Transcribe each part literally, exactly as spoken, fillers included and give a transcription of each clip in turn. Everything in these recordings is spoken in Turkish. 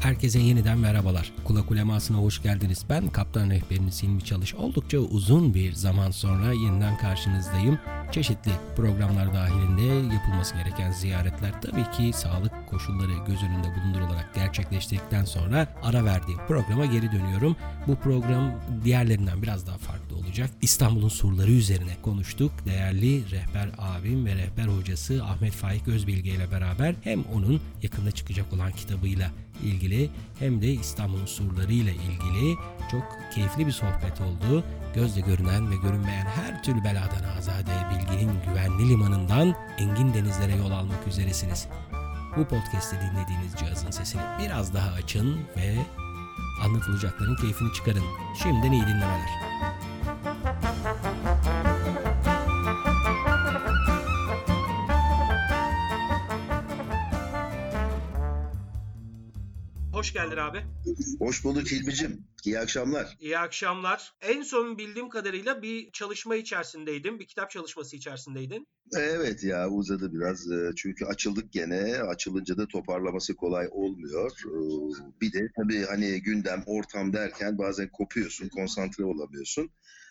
Herkese yeniden merhabalar. Kulak ulemasına hoş geldiniz. Ben Kaptan Rehberiniz Hilmi Çalış. Oldukça uzun bir zaman sonra yeniden karşınızdayım. Çeşitli programlar dahilinde yapılması gereken ziyaretler tabii ki sağlık koşulları göz önünde bulundurularak gerçekleştirdikten sonra ara verdiğim programa geri dönüyorum. Bu program diğerlerinden biraz daha farklı olacak. İstanbul'un surları üzerine konuştuk. Değerli rehber abim ve rehber hocası Ahmet Faik Özbilge ile beraber hem onun yakında çıkacak olan kitabıyla ilgili hem de İstanbul'un surları ile ilgili çok keyifli bir sohbet oldu. Gözle görünen ve görünmeyen her türlü beladan azade bilginin güvenli limanından engin denizlere yol almak üzeresiniz. Bu podcast'te dinlediğiniz cihazın sesini biraz daha açın ve anlatılacakların keyfini çıkarın. Şimdiden iyi dinlemeler. Hoş geldin abi. Hoş bulduk Hilmi'cim. İyi akşamlar. İyi akşamlar. En son bildiğim kadarıyla bir çalışma içerisindeydin. Bir kitap çalışması içerisindeydin. Evet ya uzadı biraz. Çünkü açıldık gene. Açılınca da toparlaması kolay olmuyor. Bir de tabii hani gündem, ortam derken bazen kopuyorsun, konsantre olamıyorsun.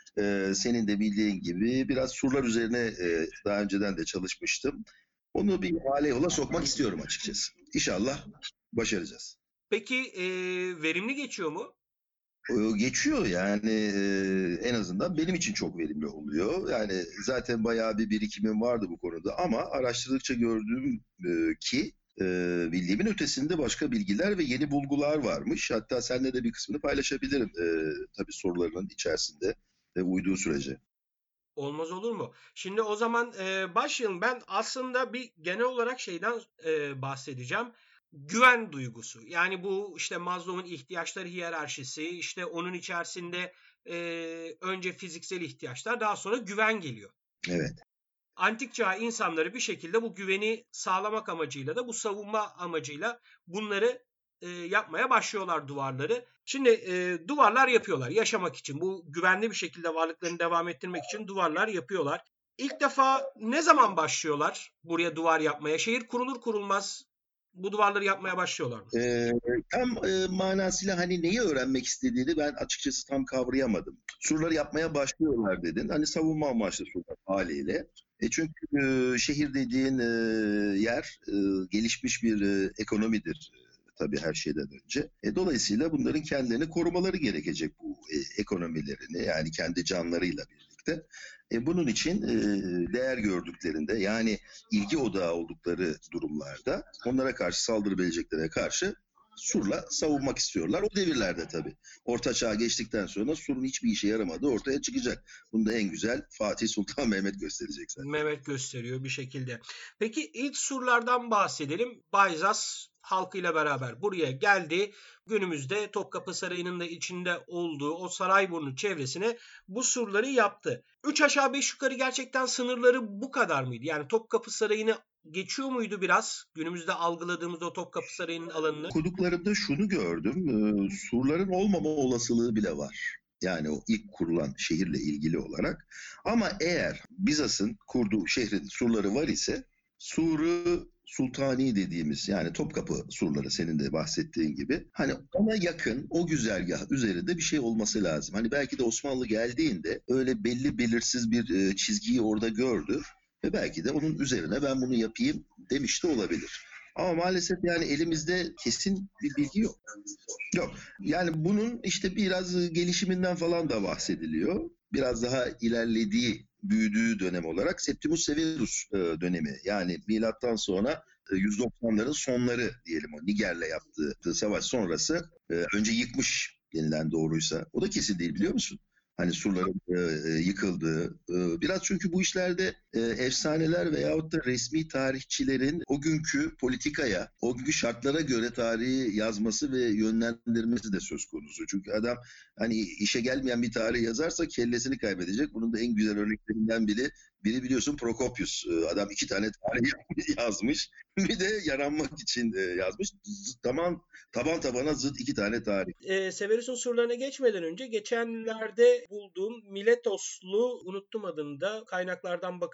Senin de bildiğin gibi biraz surlar üzerine daha önceden de çalışmıştım. Onu bir hale yola sokmak istiyorum açıkçası. İnşallah başaracağız. Peki e, verimli geçiyor mu? Geçiyor yani e, en azından benim için çok verimli oluyor. Yani zaten bayağı bir birikimim vardı bu konuda ama araştırdıkça gördüğüm e, ki e, bildiğimin ötesinde başka bilgiler ve yeni bulgular varmış. Hatta seninle de bir kısmını paylaşabilirim e, tabii sorularının içerisinde ve uyduğu sürece. Olmaz olur mu? Şimdi o zaman e, başlayalım. Ben aslında bir genel olarak şeyden e, bahsedeceğim. Güven duygusu. Yani bu işte Maslow'un ihtiyaçlar hiyerarşisi, işte onun içerisinde e, önce fiziksel ihtiyaçlar, daha sonra güven geliyor. Evet. Antik çağ insanları bir şekilde bu güveni sağlamak amacıyla da bu savunma amacıyla bunları e, yapmaya başlıyorlar, duvarları. Şimdi e, duvarlar yapıyorlar yaşamak için. Bu güvenli bir şekilde varlıklarını devam ettirmek için duvarlar yapıyorlar. İlk defa ne zaman başlıyorlar buraya duvar yapmaya? Şehir kurulur kurulmaz bu duvarları yapmaya başlıyorlar mı? Ee, tam e, manasıyla hani neyi öğrenmek istediğini ben açıkçası tam kavrayamadım. Surları yapmaya başlıyorlar dedin. Hani savunma amaçlı surlar haliyle. E çünkü e, şehir dediğin e, yer e, gelişmiş bir e, ekonomidir. E, tabii her şeyden önce. E, dolayısıyla bunların kendilerini korumaları gerekecek bu e, ekonomilerini yani kendi canlarıyla birlikte. E, bunun için e, değer gördüklerinde yani ilgi odağı oldukları durumlarda onlara karşı saldırabileceklerine karşı surla savunmak istiyorlar. O devirlerde tabii. Orta Çağ geçtikten sonra surun hiçbir işe yaramadığı ortaya çıkacak. Bunu da en güzel Fatih Sultan Mehmet gösterecek zaten. Mehmet gösteriyor bir şekilde. Peki ilk surlardan bahsedelim. Bayzas halkıyla beraber buraya geldi. Günümüzde Topkapı Sarayı'nın da içinde olduğu o Sarayburnu çevresine bu surları yaptı. Üç aşağı beş yukarı gerçekten sınırları bu kadar mıydı? Yani Topkapı Sarayı'nı geçiyor muydu biraz? Günümüzde algıladığımız o Topkapı Sarayı'nın alanını. Okuduklarımda şunu gördüm. E, surların olmama olasılığı bile var. Yani o ilk kurulan şehirle ilgili olarak. Ama eğer Bizans'ın kurduğu şehrin surları var ise Suru Sultani dediğimiz yani Topkapı surları senin de bahsettiğin gibi hani ona yakın o güzergah üzerinde bir şey olması lazım. Hani belki de Osmanlı geldiğinde öyle belli belirsiz bir e, çizgiyi orada gördü ve belki de onun üzerine ben bunu yapayım demiş de olabilir. Ama maalesef yani elimizde kesin bir bilgi yok. Yok. Yani bunun işte biraz gelişiminden falan da bahsediliyor. Biraz daha ilerlediği, büyüdüğü dönem olarak Septimus Severus dönemi. Yani milattan sonra yüz doksanların sonları diyelim o Niger'le yaptığı savaş sonrası önce yıkmış denilen doğruysa. O da kesin değil biliyor musun? Hani surların e, yıkıldığı. E, biraz çünkü bu işlerde e, efsaneler veyahut da resmi tarihçilerin o günkü politikaya, o günkü şartlara göre tarihi yazması ve yönlendirmesi de söz konusu. Çünkü adam hani işe gelmeyen bir tarih yazarsa kellesini kaybedecek. Bunun da en güzel örneklerinden biri, biri biliyorsun Prokopius. E, adam iki tane tarih yazmış. Bir de yaranmak için e, yazmış. Taban, taban tabana zıt iki tane tarih. E, Severus'un surlarına geçmeden önce geçenlerde bulduğum Miletoslu, unuttum adını da, kaynaklardan bakarım.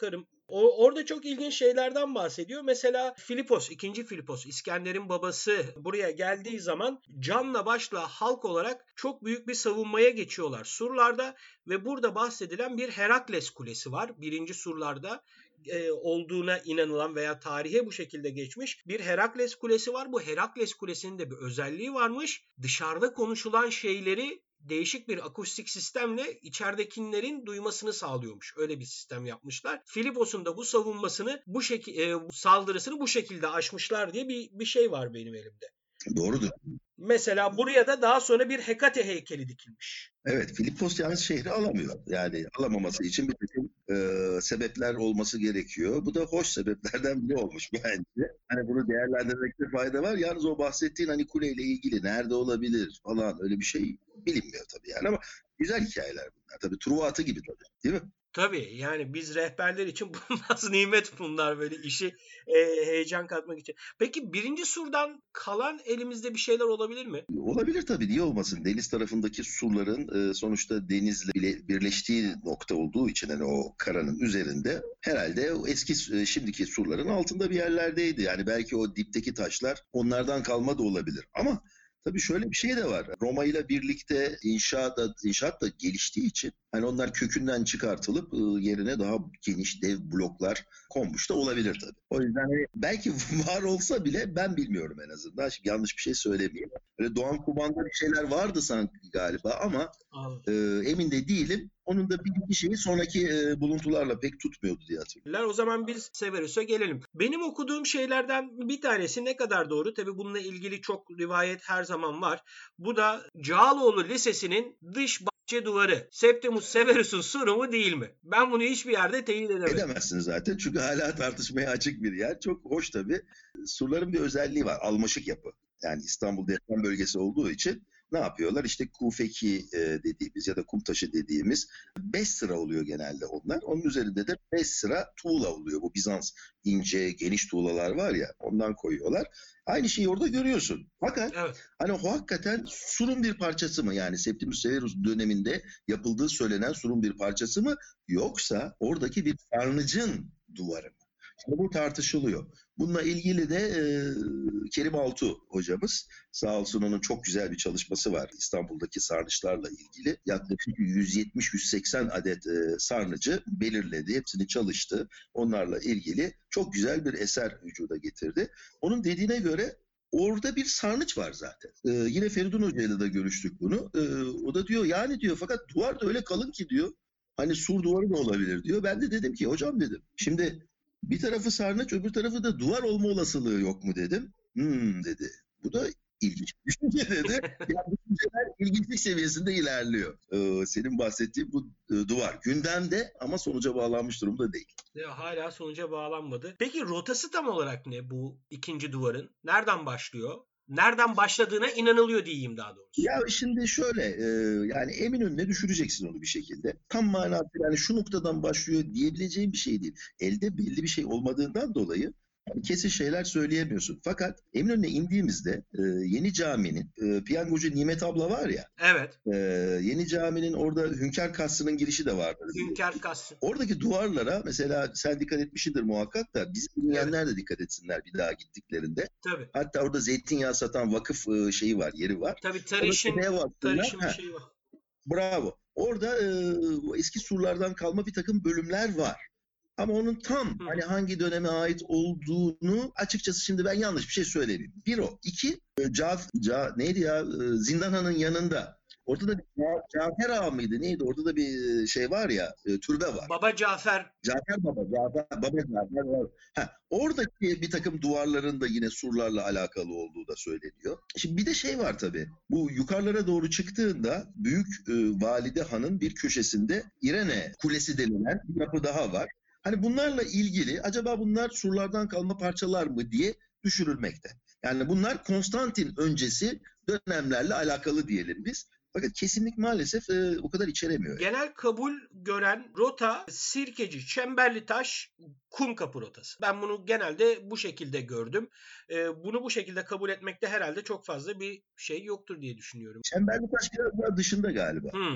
bakarım. O, orada çok ilginç şeylerden bahsediyor. Mesela Filipos, ikinci Filipos, İskender'in babası buraya geldiği zaman canla başla halk olarak çok büyük bir savunmaya geçiyorlar surlarda ve burada bahsedilen bir Herakles Kulesi var. Birinci surlarda e, olduğuna inanılan veya tarihe bu şekilde geçmiş bir Herakles Kulesi var. Bu Herakles Kulesi'nin de bir özelliği varmış. Dışarıda konuşulan şeyleri değişik bir akustik sistemle içeridekilerin duymasını sağlıyormuş. Öyle bir sistem yapmışlar. Filipos'un da bu savunmasını, bu şekilde saldırısını bu şekilde aşmışlar diye bir bir şey var benim elimde. Doğrudur. Mesela buraya da daha sonra bir Hekate heykeli dikilmiş. Evet, Filipos yalnız şehri alamıyor. Yani alamaması için bir takım e, sebepler olması gerekiyor. Bu da hoş sebeplerden biri olmuş bence. Hani bunu değerlendirmekte fayda var. Yalnız o bahsettiğin hani kuleyle ilgili nerede olabilir falan öyle bir şey bilinmiyor tabii yani ama güzel hikayeler bunlar. Tabii Truva atı gibi tabii, değil mi? Tabii yani biz rehberler için bulunmaz nimet bunlar böyle işi e, heyecan katmak için. Peki birinci surdan kalan elimizde bir şeyler olabilir mi? Olabilir tabii, niye olmasın? Deniz tarafındaki surların e, sonuçta denizle bile birleştiği nokta olduğu için hani o karanın üzerinde herhalde o eski e, şimdiki surların altında bir yerlerdeydi. Yani belki o dipteki taşlar onlardan kalma da olabilir. Ama tabii şöyle bir şey de var. Roma ile birlikte inşaat, inşaat da geliştiği için hani onlar kökünden çıkartılıp e, yerine daha geniş dev bloklar konmuş da olabilir tabii. O yüzden hani belki var olsa bile ben bilmiyorum en azından. Şimdi yanlış bir şey söylemeyeyim. Böyle Doğan Kuman'da bir şeyler vardı sanki galiba ama e, emin de değilim. Onun da bir iki şeyi sonraki e, buluntularla pek tutmuyordu diye hatırlıyorum. O zaman biz Severus'a gelelim. Benim okuduğum şeylerden bir tanesi ne kadar doğru? Tabii bununla ilgili çok rivayet her zaman var. Bu da Cağaloğlu Lisesi'nin dış bahçe duvarı. Septimus Severus'un suru mu değil mi? Ben bunu hiçbir yerde teyit edemedim. Edemezsiniz zaten çünkü hala tartışmaya açık bir yer. Çok hoş tabii. Surların bir özelliği var. Almaşık yapı. Yani İstanbul deprem bölgesi olduğu için ne yapıyorlar? İşte kufeki e, dediğimiz ya da kumtaşı dediğimiz beş sıra oluyor genelde onlar. Onun üzerinde de beş sıra tuğla oluyor. Bu Bizans ince, geniş tuğlalar var ya ondan koyuyorlar. Aynı şeyi orada görüyorsun. Fakat Evet. hani o hakikaten surun bir parçası mı? Yani Septimus Severus döneminde yapıldığı söylenen surun bir parçası mı? Yoksa oradaki bir sarnıcın duvarı mı? Şimdi bu tartışılıyor. Bununla ilgili de e, Kerim Altuğ hocamız sağ olsun onun çok güzel bir çalışması var İstanbul'daki sarnıçlarla ilgili. Yaklaşık yüz yetmiş yüz seksen adet e, sarnıcı belirledi. Hepsini çalıştı. Onlarla ilgili çok güzel bir eser vücuda getirdi. Onun dediğine göre orada bir sarnıç var zaten. Ee, yine Feridun Hoca'yla da görüştük bunu. Ee, o da diyor yani diyor fakat duvar da öyle kalın ki diyor. Hani sur duvarı da olabilir diyor. Ben de dedim ki hocam dedim. Şimdi bir tarafı sarnıç öbür tarafı da duvar olma olasılığı yok mu dedim. Hmm dedi. Bu da ilginç bir düşünce dedi. Yani bu düşünceler ilginçlik seviyesinde ilerliyor. Ee, senin bahsettiğin bu e, duvar gündemde ama sonuca bağlanmış durumda değil. Ya, hala sonuca bağlanmadı. Peki rotası tam olarak ne bu ikinci duvarın? Nereden başlıyor? Nereden başladığına inanılıyor diyeyim daha doğrusu. Ya şimdi şöyle e, yani Eminönü'ne düşüreceksin onu bir şekilde. Tam manasıyla yani şu noktadan başlıyor diyebileceğin bir şey değil. Elde belli bir şey olmadığından dolayı yani kesin şeyler söyleyemiyorsun. Fakat Eminönü'ne indiğimizde e, Yeni Cami'nin e, piyangocu Nimet abla var ya. Evet. E, Yeni Cami'nin orada Hünkar Kasrı'nın girişi de vardır. Hünkar Kasrı. Oradaki duvarlara mesela sen dikkat etmişsindir muhakkak da bizim dinleyenler de dikkat etsinler bir daha gittiklerinde. Tabii. Hatta orada zeytinyağı satan vakıf e, şeyi var, yeri var. Tabii tarışın, tarışın bir şeyi var. Bravo. Orada e, eski surlardan kalma bir takım bölümler var. Ama onun tam Hı. hani hangi döneme ait olduğunu açıkçası şimdi ben yanlış bir şey söyleyeyim. Bir o. İki, e, Caf, Ca, neydi ya? E, Zindana'nın yanında. Orada da bir Cafer Ağa mıydı? Neydi? Orada da bir şey var ya, e, türbe var. Baba Cafer. Cafer Baba, Cafer, Baba Cafer var. Ha, oradaki bir takım duvarların da yine surlarla alakalı olduğu da söyleniyor. Şimdi bir de şey var tabii. Bu yukarılara doğru çıktığında Büyük e, Valide Han'ın bir köşesinde İrene Kulesi denilen bir yapı daha var. Hani bunlarla ilgili acaba bunlar surlardan kalma parçalar mı diye düşünülmekte. Yani bunlar Konstantin öncesi dönemlerle alakalı diyelim biz. Fakat kesinlik maalesef e, o kadar içeremiyor. Genel kabul gören rota Sirkeci, Çemberlitaş, Kumkapı rotası. Ben bunu genelde bu şekilde gördüm. E, bunu bu şekilde kabul etmekte herhalde çok fazla bir şey yoktur diye düşünüyorum. Çemberlitaş biraz daha dışında galiba. Hmm.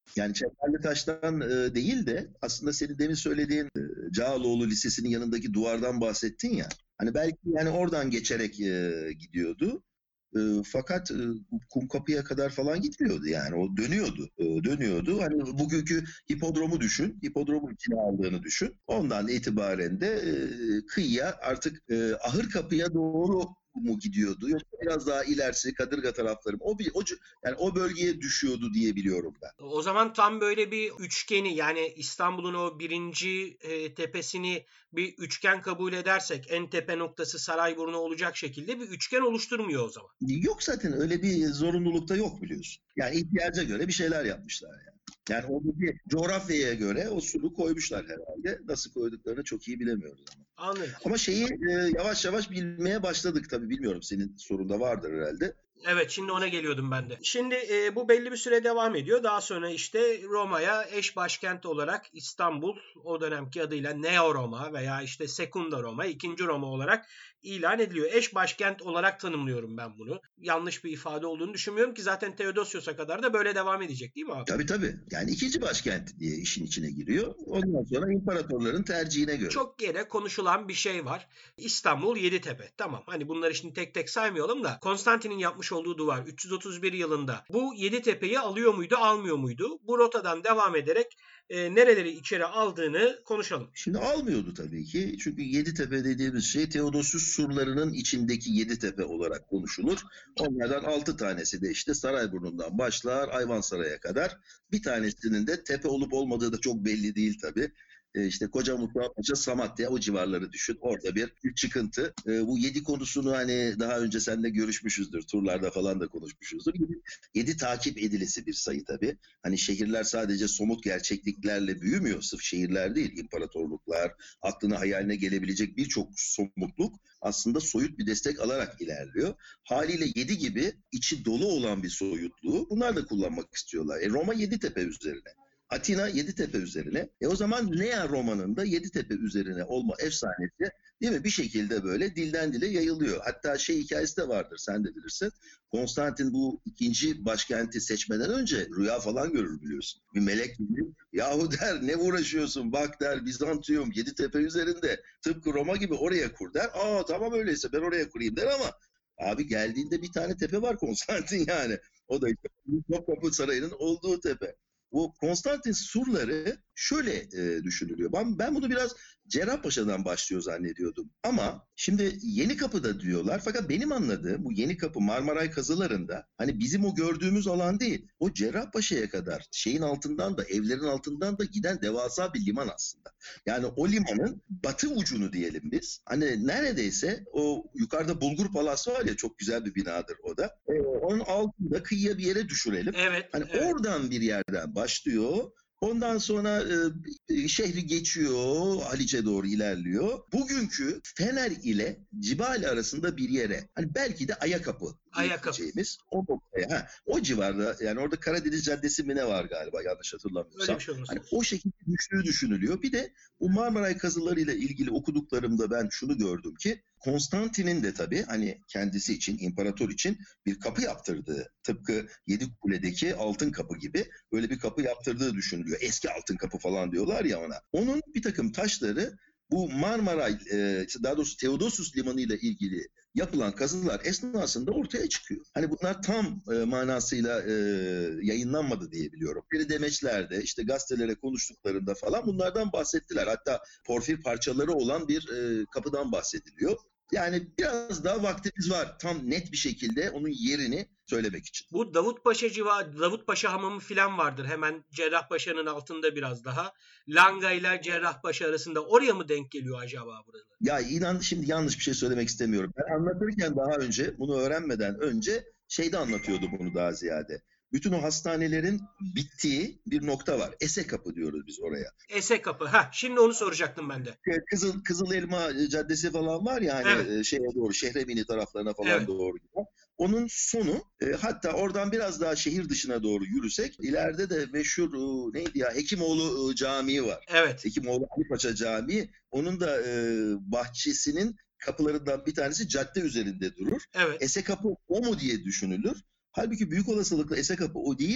Yani Çemberli Taş'tan e, değil de aslında senin demin söylediğin e, Cağaloğlu Lisesi'nin yanındaki duvardan bahsettin ya. Hani belki yani oradan geçerek e, gidiyordu. E, fakat e, Kumkapı'ya kadar falan gitmiyordu yani. O dönüyordu. E, dönüyordu. Hani bugünkü hipodromu düşün. Hipodromun içine aldığını düşün. Ondan itibaren de e, kıyıya artık e, Ahırkapı'ya doğru mu gidiyordu? Yoksa biraz daha ilerisi Kadırga tarafları mı? O, bir, o, yani o bölgeye düşüyordu diye biliyorum ben. O zaman tam böyle bir üçgeni, yani İstanbul'un o birinci e, tepesini bir üçgen kabul edersek en tepe noktası Sarayburnu olacak şekilde bir üçgen oluşturmuyor o zaman. Yok zaten öyle bir zorunlulukta yok biliyorsun. Yani ihtiyaca göre bir şeyler yapmışlar yani. Yani oradaki coğrafyaya göre o sulu koymuşlar herhalde. Nasıl koyduklarını çok iyi bilemiyoruz ama. Anladım. Ama şeyi e, yavaş yavaş bilmeye başladık tabii, bilmiyorum, senin sorunda vardır herhalde. Evet, şimdi ona geliyordum ben de. Şimdi e, bu belli bir süre devam ediyor. Daha sonra işte Roma'ya eş başkent olarak İstanbul, o dönemki adıyla Neo Roma veya işte Sekunda Roma, ikinci Roma olarak ilan ediliyor. Eş başkent olarak tanımlıyorum ben bunu. Yanlış bir ifade olduğunu düşünmüyorum ki zaten Theodosios'a kadar da böyle devam edecek değil mi abi? Tabii tabii. Yani ikinci başkent diye işin içine giriyor. Ondan sonra imparatorların tercihine göre. Çok gene konuşulan bir şey var. İstanbul Yeditepe. Tamam, hani bunları şimdi tek tek saymayalım da Konstantin'in yapmış olduğu duvar üç yüz otuz bir yılında bu Yeditepe'yi alıyor muydu, almıyor muydu? Bu rotadan devam ederek e, nereleri içeri aldığını konuşalım. Şimdi almıyordu tabii ki. Çünkü Yeditepe dediğimiz şey Theodosius surlarının içindeki Yeditepe olarak konuşulur. Onlardan altı tanesi de işte Sarayburnu'ndan başlar Ayvansaray'a kadar. Bir tanesinin de tepe olup olmadığı da çok belli değil tabii. E işte Koca Mustafa Paşa, Samatya, o civarları düşün. Orada bir, bir çıkıntı. E, bu yedi konusunu hani daha önce seninle görüşmüşüzdür. Turlarda falan da konuşmuşuzdur. Yedi, yedi takip edilesi bir sayı tabii. Hani şehirler sadece somut gerçekliklerle büyümüyor. Sırf şehirler değil, imparatorluklar, aklına hayaline gelebilecek birçok somutluk aslında soyut bir destek alarak ilerliyor. Haliyle yedi gibi içi dolu olan bir soyutluğu bunlar da kullanmak istiyorlar. E, Roma Yeditepe üzerine. Atina Yeditepe üzerine. E o zaman Nea Roma'nın da Yeditepe üzerine olma efsanesi, değil mi? Bir şekilde böyle dilden dile yayılıyor. Hatta şey hikayesi de vardır, sen de bilirsin. Konstantin bu ikinci başkenti seçmeden önce rüya falan görür biliyorsun. Bir melek gibi, yahu der, ne uğraşıyorsun, bak der, Bizantium Yeditepe üzerinde, tıpkı Roma gibi oraya kur der. Aa tamam öyleyse ben oraya kurayım der ama abi geldiğinde bir tane tepe var Konstantin yani. O da işte Topkapı Sarayı'nın olduğu tepe. Bu Konstantin surları şöyle e, düşünülüyor. Ben, ben bunu biraz Cerrahpaşa'dan başlıyor zannediyordum. Ama şimdi Yenikapı'da diyorlar. Fakat benim anladığım bu Yenikapı Marmaray kazılarında hani bizim o gördüğümüz alan değil. O Cerrahpaşa'ya kadar şeyin altından da, evlerin altından da giden devasa bir liman aslında. Yani o limanın batı ucunu diyelim biz. Hani neredeyse o yukarıda Bulgur Palas var ya, çok güzel bir binadır o da. E, onun altında kıyıya bir yere düşürelim. Evet. Hani evet. oradan bir yerden başlıyor. Ondan sonra e, şehri geçiyor, Haliç'e doğru ilerliyor. Bugünkü Fener ile Cibali arasında bir yere, hani belki de Ayakapı diyeceğimiz o noktaya, ha, o civarda, yani orada Karadeniz Caddesi mi ne var galiba, yanlış hatırlamıyorsam. Şey hani o şekilde düştüğü düşünülüyor. Bir de bu Marmaray kazılarıyla ilgili okuduklarımda ben şunu gördüm ki Konstantin'in de tabii hani kendisi için, imparator için bir kapı yaptırdığı, tıpkı Yedikule'deki altın kapı gibi böyle bir kapı yaptırdığı düşünülüyor. Eski altın kapı falan diyorlar ya ona. Onun bir takım taşları bu Marmaray, daha doğrusu Theodosius Limanı ile ilgili yapılan kazılar esnasında ortaya çıkıyor. Hani bunlar tam e, manasıyla e, yayınlanmadı diye biliyorum. Bir demeçlerde, işte gazetelere konuştuklarında falan bunlardan bahsettiler. Hatta porfir parçaları olan bir e, kapıdan bahsediliyor. Yani biraz daha vaktimiz var tam net bir şekilde onun yerini söylemek için. Bu Davutpaşa civarı, Davutpaşa Hamamı filan vardır hemen Cerrahpaşa'nın altında biraz daha. Langa ile Cerrahpaşa arasında, oraya mı denk geliyor acaba burada? Ya inan şimdi yanlış bir şey söylemek istemiyorum. Ben anlatırken daha önce, bunu öğrenmeden önce şeyde anlatıyordum bunu daha ziyade. Bütün o hastanelerin bittiği bir nokta var. Esekapı diyoruz biz oraya. Esekapı. Ha, şimdi onu soracaktım ben de. Kızıl Kızıl Elma Caddesi falan var ya hani, evet. şeye doğru, Şehremini taraflarına falan evet. doğru gidiyor. Onun sonu, e, hatta oradan biraz daha şehir dışına doğru yürüsek ileride de meşhur e, neydi ya, Hekimoğlu e, Camii var. Evet. Hekimoğlu Ali Paşa Camii. Onun da e, bahçesinin kapılarından bir tanesi cadde üzerinde durur. Evet. Esekapı o mu diye düşünülür. Halbuki büyük olasılıkla Esekapı o değil.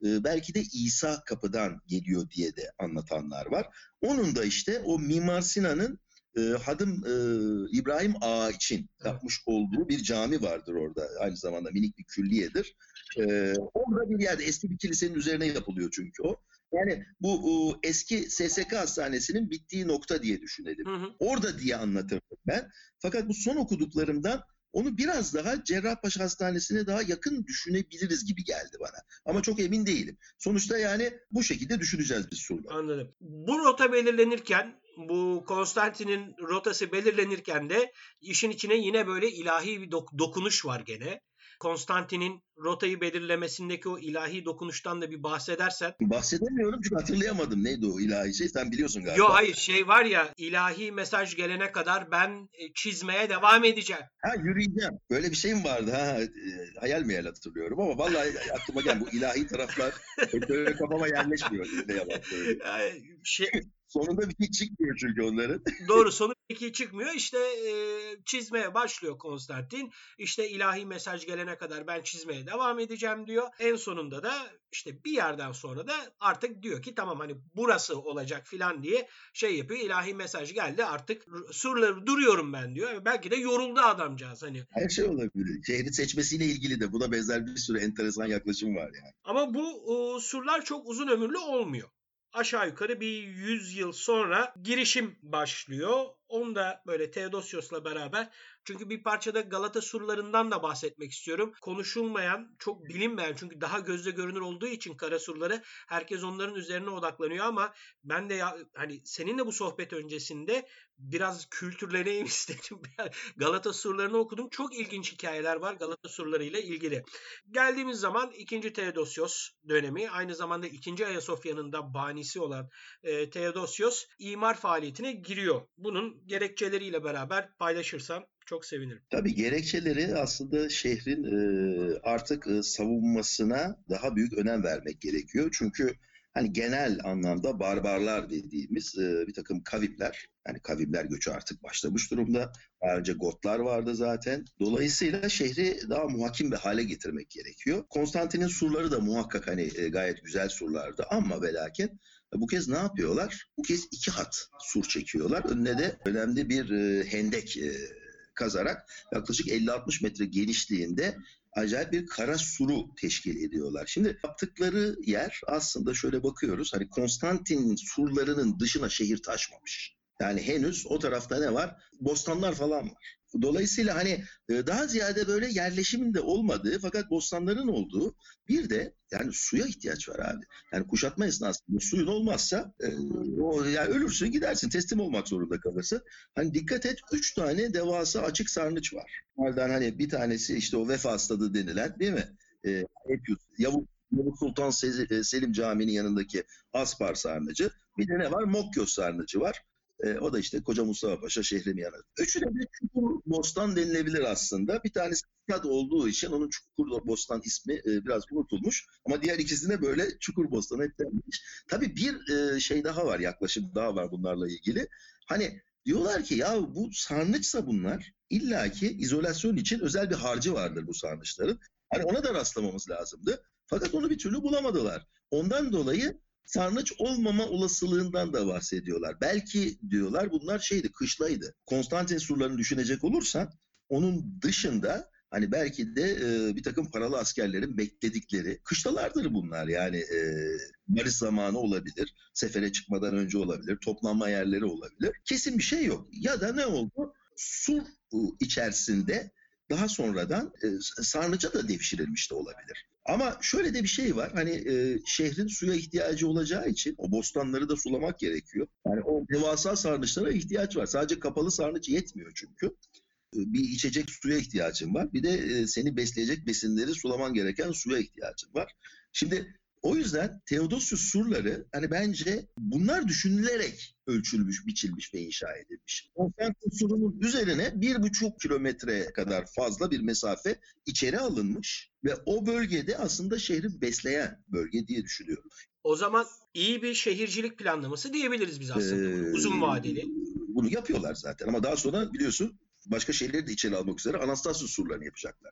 e, belki de İsa kapıdan geliyor diye de anlatanlar var. Onun da işte o Mimar Sinan'ın e, Hadım e, İbrahim Ağa için yapmış olduğu bir cami vardır orada. Aynı zamanda minik bir külliyedir. E, orada bir yerde eski bir kilisenin üzerine yapılıyor çünkü o. Yani bu o, eski S S K hastanesinin bittiği nokta diye düşünelim. Hı hı. Orada diye anlatırım ben. Fakat bu son okuduklarımdan onu biraz daha Cerrahpaşa Hastanesi'ne daha yakın düşünebiliriz gibi geldi bana. Ama çok emin değilim. Sonuçta yani bu şekilde düşüneceğiz biz surları. Anladım. Bu rota belirlenirken, bu Konstantin'in rotası belirlenirken de işin içine yine böyle ilahi bir dok- dokunuş var gene. Konstantin'in rotayı belirlemesindeki o ilahi dokunuştan da bir bahsedersen. Bahsedemiyorum çünkü hatırlayamadım neydi o ilahi şey. Sen biliyorsun galiba. Yok hayır şey var ya, ilahi mesaj gelene kadar ben çizmeye devam edeceğim. Ha yürüyeceğim. Böyle bir şey mi vardı? Ha, e, hayal meyal hatırlıyorum ama vallahi aklıma gel bu ilahi taraflar böyle kafama yerleşmiyor. Ne yalan söyleyeyim. Şey... Sonunda bir şey çıkmıyor çünkü onların. Doğru, sonu peki çıkmıyor. İşte e, çizmeye başlıyor Konstantin. İşte ilahi mesaj gelene kadar ben çizmeye devam edeceğim diyor. En sonunda da işte bir yerden sonra da artık diyor ki tamam hani burası olacak filan diye şey yapıyor. İlahi mesaj geldi, artık surları duruyorum ben diyor. Belki de yoruldu adamcağız hani. Her şey olabilir. Şehri seçmesiyle ilgili de buna benzer bir sürü enteresan yaklaşım var yani. Ama bu o, surlar çok uzun ömürlü olmuyor. Aşağı yukarı bir yüz yıl sonra girişim başlıyor. Onu da böyle Theodosios'la beraber, çünkü bir parçada Galata surlarından da bahsetmek istiyorum. Konuşulmayan, çok bilinmeyen, çünkü daha gözle görünür olduğu için kara surları herkes onların üzerine odaklanıyor ama ben de ya, hani seninle bu sohbet öncesinde biraz kültürleneyim istedim. Galata surlarını okudum. Çok ilginç hikayeler var Galata surları ile ilgili. Geldiğimiz zaman ikinci Theodosios dönemi, aynı zamanda ikinci Ayasofya'nın da banisi olan e, Theodosios imar faaliyetine giriyor. Bunun gerekçeleriyle beraber paylaşırsan çok sevinirim. Tabii gerekçeleri aslında şehrin e, artık e, savunmasına daha büyük önem vermek gerekiyor. Çünkü hani genel anlamda barbarlar dediğimiz e, bir takım kavimler, yani kavimler göçü artık başlamış durumda. Daha önce Gotlar vardı zaten. Dolayısıyla şehri daha muhakim bir hale getirmek gerekiyor. Konstantin'in surları da muhakkak hani e, gayet güzel surlardı ama ve lakin bu kez ne yapıyorlar? Bu kez iki hat sur çekiyorlar. Önüne de önemli bir e, hendek e, kazarak yaklaşık elli altmış metre genişliğinde acayip bir kara suru teşkil ediyorlar. Şimdi yaptıkları yer aslında şöyle bakıyoruz. Hani Konstantin surlarının dışına şehir taşmamış. Yani henüz o tarafta ne var? Bostanlar falan var. Dolayısıyla hani daha ziyade böyle yerleşimin de olmadığı fakat bostanların olduğu, bir de yani suya ihtiyaç var abi. Yani kuşatma esnasında suyun olmazsa e, o yani ölürsün, gidersin, teslim olmak zorunda kalırsın. Hani dikkat et, üç tane devasa açık sarnıç var. Bunlardan hani bir tanesi işte o Vefa Stadı denilen, değil mi? E, Yavuz, Yavuz Sultan Selim Camii'nin yanındaki Aspar Sarnıcı. Bir de ne var? Mokyos Sarnıcı var. E, o da işte Koca Mustafa Paşa şehrin yanı. Üçüne de Çukur Bostan denilebilir aslında. Bir tanesi stad olduğu için onun Çukur Bostan ismi e, biraz unutulmuş. Ama diğer ikisine böyle Çukur Bostan eklenmiş. Tabii bir e, şey daha var, yaklaşım daha var bunlarla ilgili. Hani diyorlar ki ya bu sarnıçsa bunlar illaki izolasyon için özel bir harcı vardır bu sarnıçların. Hani ona da rastlamamız lazımdı. Fakat onu bir türlü bulamadılar. Ondan dolayı sarnıç olmama olasılığından da bahsediyorlar. Belki diyorlar bunlar şeydi, kışlaydı. Konstantin surlarını düşünecek olursan onun dışında hani belki de e, bir takım paralı askerlerin bekledikleri kışlalardır bunlar. Yani e, barış zamanı olabilir, sefere çıkmadan önce olabilir, toplanma yerleri olabilir. Kesin bir şey yok. Ya da ne oldu? Sur içerisinde daha sonradan e, sarnıca da devşirilmiş de olabilir. Ama şöyle de bir şey var, hani e, şehrin suya ihtiyacı olacağı için o bostanları da sulamak gerekiyor. Yani o devasa sarnıçlara ihtiyaç var. Sadece kapalı sarnıç yetmiyor çünkü. E, bir içecek suya ihtiyacın var. Bir de e, seni besleyecek besinleri sulaman gereken suya ihtiyacın var. Şimdi o yüzden Theodosius surları hani bence bunlar düşünülerek ölçülmüş, biçilmiş ve inşa edilmiş. Konstantin surunun üzerine bir buçuk kilometre kadar fazla bir mesafe içeri alınmış ve o bölgede aslında şehri besleyen bölge diye düşünüyorum. O zaman iyi bir şehircilik planlaması diyebiliriz biz aslında. Ee, Uzun vadeli. Bunu yapıyorlar zaten ama daha sonra biliyorsun başka şehirleri de içeri almak üzere Anastasius surlarını yapacaklar.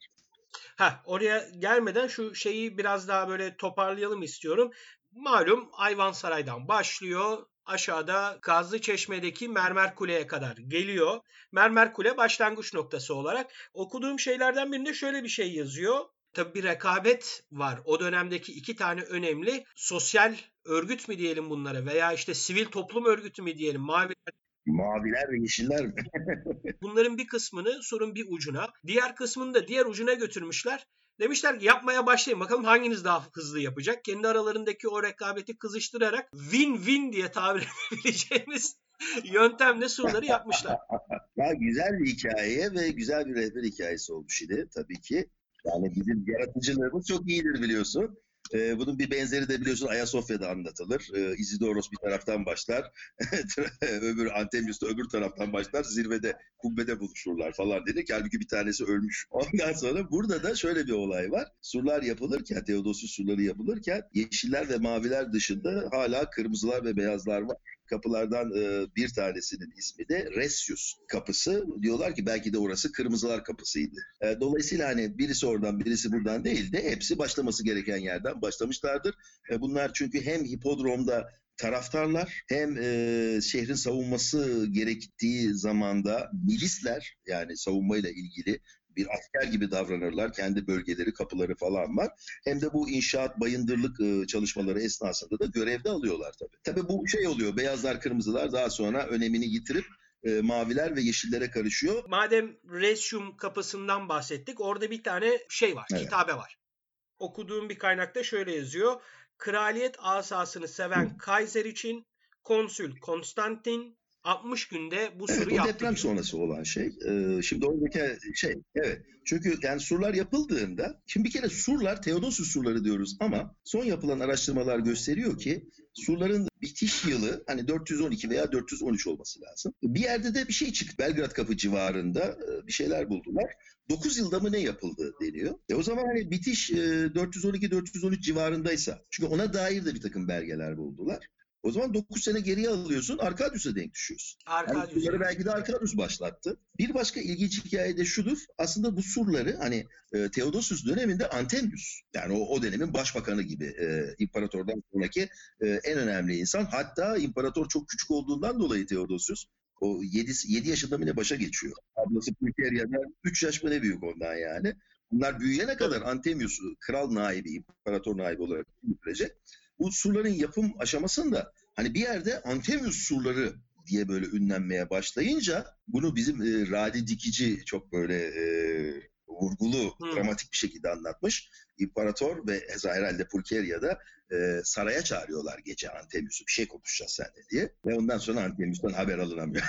Ha, oraya gelmeden şu şeyi biraz daha böyle toparlayalım istiyorum. Malum Ayvansaray'dan başlıyor. Aşağıda Gazlıçeşme'deki Mermer Kule'ye kadar geliyor. Mermer Kule başlangıç noktası olarak. Okuduğum şeylerden birinde şöyle bir şey yazıyor. Tabii bir rekabet var. O dönemdeki iki tane önemli sosyal örgüt mü diyelim bunlara veya işte sivil toplum örgütü mü diyelim. Mavi Maviler ve yeşiller mi? Bunların bir kısmını surun bir ucuna, diğer kısmını da diğer ucuna götürmüşler. Demişler ki yapmaya başlayın bakalım hanginiz daha hızlı yapacak. Kendi aralarındaki o rekabeti kızıştırarak win-win diye tabir edebileceğimiz yöntemle surları yapmışlar. Ya güzel bir hikaye ve güzel bir rehber hikayesi olmuş idi tabii ki. Yani bizim yaratıcılarımız çok iyidir biliyorsun. Ee, bunun bir benzeri de biliyorsun Ayasofya'da anlatılır. Ee, Isidoros bir taraftan başlar, öbür Antemnius da öbür taraftan başlar, zirvede, kubbede buluşurlar falan dedik. Halbuki bir tanesi ölmüş. Ondan sonra burada da şöyle bir olay var. Surlar yapılırken, Theodosius surları yapılırken yeşiller ve maviler dışında hala kırmızılar ve beyazlar var. Kapılardan e, bir tanesinin ismi de Resius kapısı. Diyorlar ki belki de orası Kırmızılar kapısıydı. E, dolayısıyla hani birisi oradan birisi buradan değil de hepsi başlaması gereken yerden başlamışlardır. E, bunlar çünkü hem hipodromda taraftarlar hem e, şehrin savunması gerektiği zamanda milisler, yani savunmayla ilgili bir asker gibi davranırlar. Kendi bölgeleri, kapıları falan var. Hem de bu inşaat, bayındırlık e, çalışmaları esnasında da görevde alıyorlar tabii. Tabii bu şey oluyor, beyazlar, kırmızılar daha sonra önemini yitirip e, maviler ve yeşillere karışıyor. Madem Resium kapısından bahsettik, orada bir tane şey var, evet. Kitabe var. Okuduğum bir kaynakta şöyle yazıyor. Kraliyet asasını seven Hı. Kaiser için konsül Konstantin altmış günde bu suru evet, yaptı. O deprem sonrası olan şey. Ee, şimdi oradaki şey, evet. Çünkü yani surlar yapıldığında, şimdi bir kere surlar, Theodosius surları diyoruz ama son yapılan araştırmalar gösteriyor ki surların bitiş yılı hani dört yüz on iki veya dört yüz on üç olması lazım. Bir yerde de bir şey çıktı. Belgrad Kapı civarında bir şeyler buldular. dokuz yılda mı ne yapıldı deniyor. E o zaman hani bitiş dört yüz on iki dört yüz on üç civarındaysa, çünkü ona dair de bir takım belgeler buldular. O zaman dokuz sene geriye alıyorsun, Arkadius'a denk düşüyorsun. Arkadius. Yani belki de Arkadius başlattı. Bir başka ilginç hikaye de şudur. Aslında bu surları hani e, Theodosius döneminde Antemnius, yani o, o dönemin başbakanı gibi e, imparatordan sonraki e, en önemli insan. Hatta imparator çok küçük olduğundan dolayı Theodosius o yedi yaşında mı ne başa geçiyor. Ablası Pulcheria'dan üç yaş mı ne büyük ondan yani. Bunlar büyüyene kadar Antemnius kral naibi, imparator naibi olarak sürecek. Bu surların yapım aşamasında hani bir yerde Antemnius surları diye böyle ünlenmeye başlayınca bunu bizim e, Radi Dikici çok böyle e, vurgulu, hmm. dramatik bir şekilde anlatmış. İmparator ve herhalde Pulcheria'da e, saraya çağırıyorlar gece Antemnius'u, bir şey konuşacağız seninle diye. Ve ondan sonra Antemnius'tan haber alınamıyor.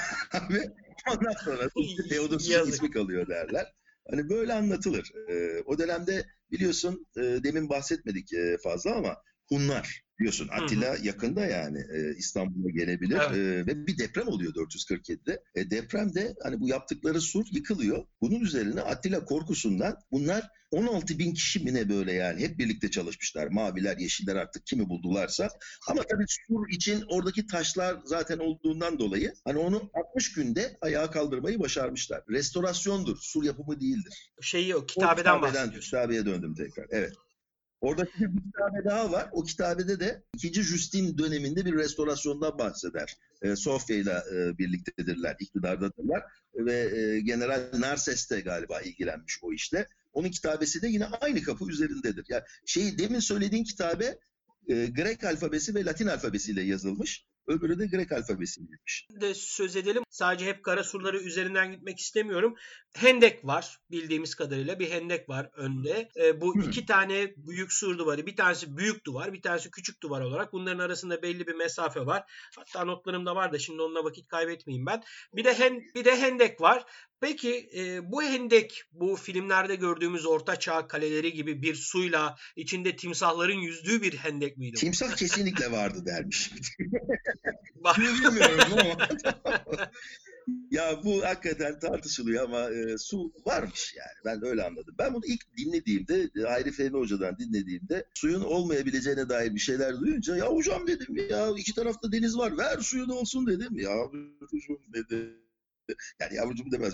Ondan sonra Theodosius ismi kalıyor derler. Hani böyle anlatılır. E, o dönemde biliyorsun e, demin bahsetmedik e, fazla ama Hunlar biliyorsun Attila hı hı. yakında yani e, İstanbul'a gelebilir evet. e, ve bir deprem oluyor dört yüz kırk yedide. E, depremde hani bu yaptıkları sur yıkılıyor. Bunun üzerine Attila korkusundan bunlar on altı bin kişi mi ne böyle yani hep birlikte çalışmışlar. Maviler, yeşiller artık kimi buldularsa. Ama tabii sur için oradaki taşlar zaten olduğundan dolayı hani onu altmış günde ayağa kaldırmayı başarmışlar. Restorasyondur, sur yapımı değildir. Şeyi o kitabeden, o kitabeden bahsediyorsun. Kitabeye döndüm tekrar. Evet. Orada bir kitabe daha var. O kitabede de ikinci. Justin döneminde bir restorasyondan bahseder. E, Sofya ile birliktedirler, iktidardadırlar. Ve e, General Narses de galiba ilgilenmiş o işle. Onun kitabesi de yine aynı kapı üzerindedir. Yani şey demin söylediğin kitabe e, Grek alfabesi ve Latin alfabesiyle yazılmış. Öbürü de Grek alfabesiymiş. De söz edelim. Sadece hep kara surları üzerinden gitmek istemiyorum. Hendek var. Bildiğimiz kadarıyla bir hendek var önde. E, bu hmm. iki tane büyük sur duvarı. Bir tanesi büyük duvar, bir tanesi küçük duvar olarak. Bunların arasında belli bir mesafe var. Hatta notlarımda var da şimdi onunla vakit kaybetmeyeyim ben. Bir de hen, bir de hendek var. Peki e, bu hendek bu filmlerde gördüğümüz ortaçağ kaleleri gibi bir suyla içinde timsahların yüzdüğü bir hendek miydi? Timsah kesinlikle vardı dermiş. Bilmiyorum ama. Ya bu hakikaten tartışılıyor ama e, su varmış yani. Ben öyle anladım. Ben bunu ilk dinlediğimde, Hayri Fehmi Hoca'dan dinlediğimde suyun olmayabileceğine dair bir şeyler duyunca ya hocam dedim ya iki tarafta deniz var ver suyun olsun dedim. Ya yavrucuğum dedi. Yani yavrucuğum demez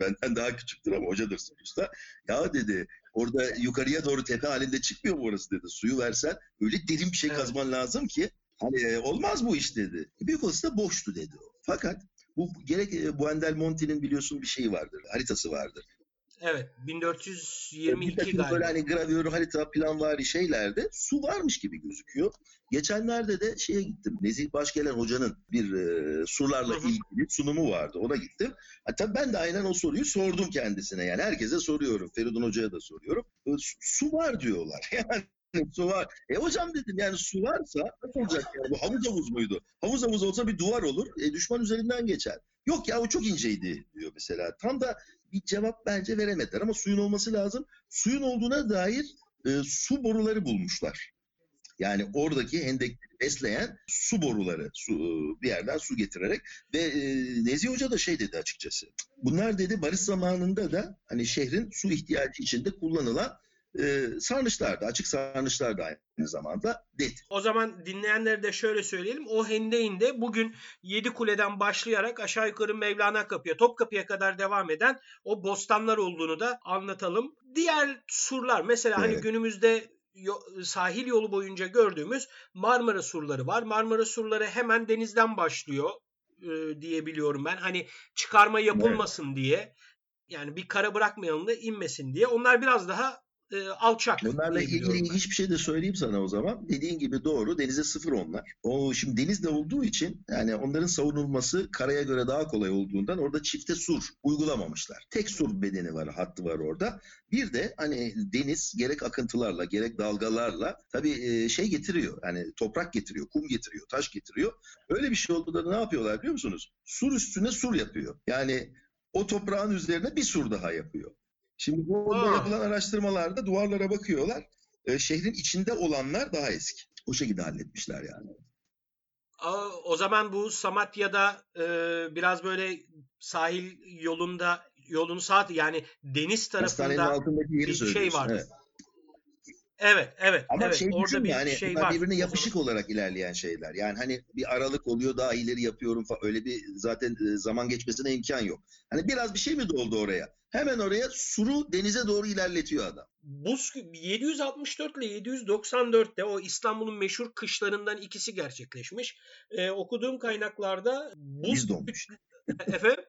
benden daha küçüktür ama hocadır sonuçta. Ya dedi, orada yukarıya doğru tepe halinde çıkmıyor mu orası dedi. Suyu versen öyle derin bir şey Evet. kazman lazım ki hani e, olmaz bu iş dedi. Büyük olasılıkla boştu dedi o. Fakat bu gerek e, Buondelmonte'nin biliyorsun bir şeyi vardır, haritası vardır. Evet, bin dört yüz yirmi Bir iki takım böyle galiba. hani gravür, harita, planvari şeylerde su varmış gibi gözüküyor. Geçenlerde de şeye gittim. Nezih Başgelen Hoca'nın bir e, surlarla Hı hı. ilgili sunumu vardı. Ona gittim. Hatta ben de aynen o soruyu sordum kendisine. Yani herkese soruyorum. Feridun Hoca'ya da soruyorum. E, su, su var diyorlar. Yani su var. E hocam dedim, yani su varsa nasıl olacak yani? Bu havuz havuz muydu? Havuz havuz olsa bir duvar olur. E, düşman üzerinden geçer. Yok ya, o çok inceydi diyor mesela. Tam da bir cevap bence veremediler ama suyun olması lazım. Suyun olduğuna dair e, su boruları bulmuşlar. Yani oradaki hendekleri besleyen su boruları, su, bir yerden su getirerek ve e, Nezih Hoca da şey dedi açıkçası. Bunlar dedi barış zamanında da hani şehrin su ihtiyacı içinde kullanılan e, sarnıçlardı, açık sarnıçlardı aynı zamanda dedi. O zaman dinleyenlere de şöyle söyleyelim. O hendeğin de bugün Yedikule'den başlayarak aşağı yukarı Mevlana Kapı'ya, Topkapı'ya kadar devam eden o bostanlar olduğunu da anlatalım. Diğer surlar mesela hani Evet. günümüzde yo- sahil yolu boyunca gördüğümüz Marmara surları var. Marmara surları hemen denizden başlıyor e, diye biliyorum ben. Hani çıkarma yapılmasın diye. Yani bir kara bırakmayalım da inmesin diye. Onlar biraz daha e, alçak Bunlarla diye ilgili biliyorum ben. ilginç bir şey de söyleyeyim sana o zaman. Dediğin gibi doğru. Denize sıfır onlar. O şimdi denizde olduğu için yani onların savunulması karaya göre daha kolay olduğundan orada çifte sur uygulamamışlar. Tek sur bedeni var, hattı var orada. Bir de hani deniz gerek akıntılarla gerek dalgalarla tabii e, şey getiriyor. Yani toprak getiriyor, kum getiriyor, taş getiriyor. Öyle bir şey olduğunda ne yapıyorlar biliyor musunuz? Sur üstüne sur yapıyor. Yani o toprağın üzerine bir sur daha yapıyor. Şimdi bu orada Aa. yapılan araştırmalarda duvarlara bakıyorlar. E, şehrin içinde olanlar daha eski. O şekilde halletmişler yani. Aa, o zaman bu Samatya'da e, biraz böyle sahil yolunda yolun sağ yani deniz Hastanenin tarafında altındaki yeri bir şey söylüyorsun. vardı. Evet. Evet, evet, Ama evet. şey Orada düşünme, bir hani şey bunlar var. birbirine O zaman. yapışık olarak ilerleyen şeyler. Yani hani bir aralık oluyor, daha ileri yapıyorum falan. Öyle bir zaten e, zaman geçmesine imkan yok. Hani biraz bir şey mi doldu oraya? Hemen oraya suru denize doğru ilerletiyor adam. Buz yedi yüz altmış dört ile yedi yüz doksan dörtte o İstanbul'un meşhur kışlarından ikisi gerçekleşmiş. Ee, okuduğum kaynaklarda buz Deniz donmuş. efendim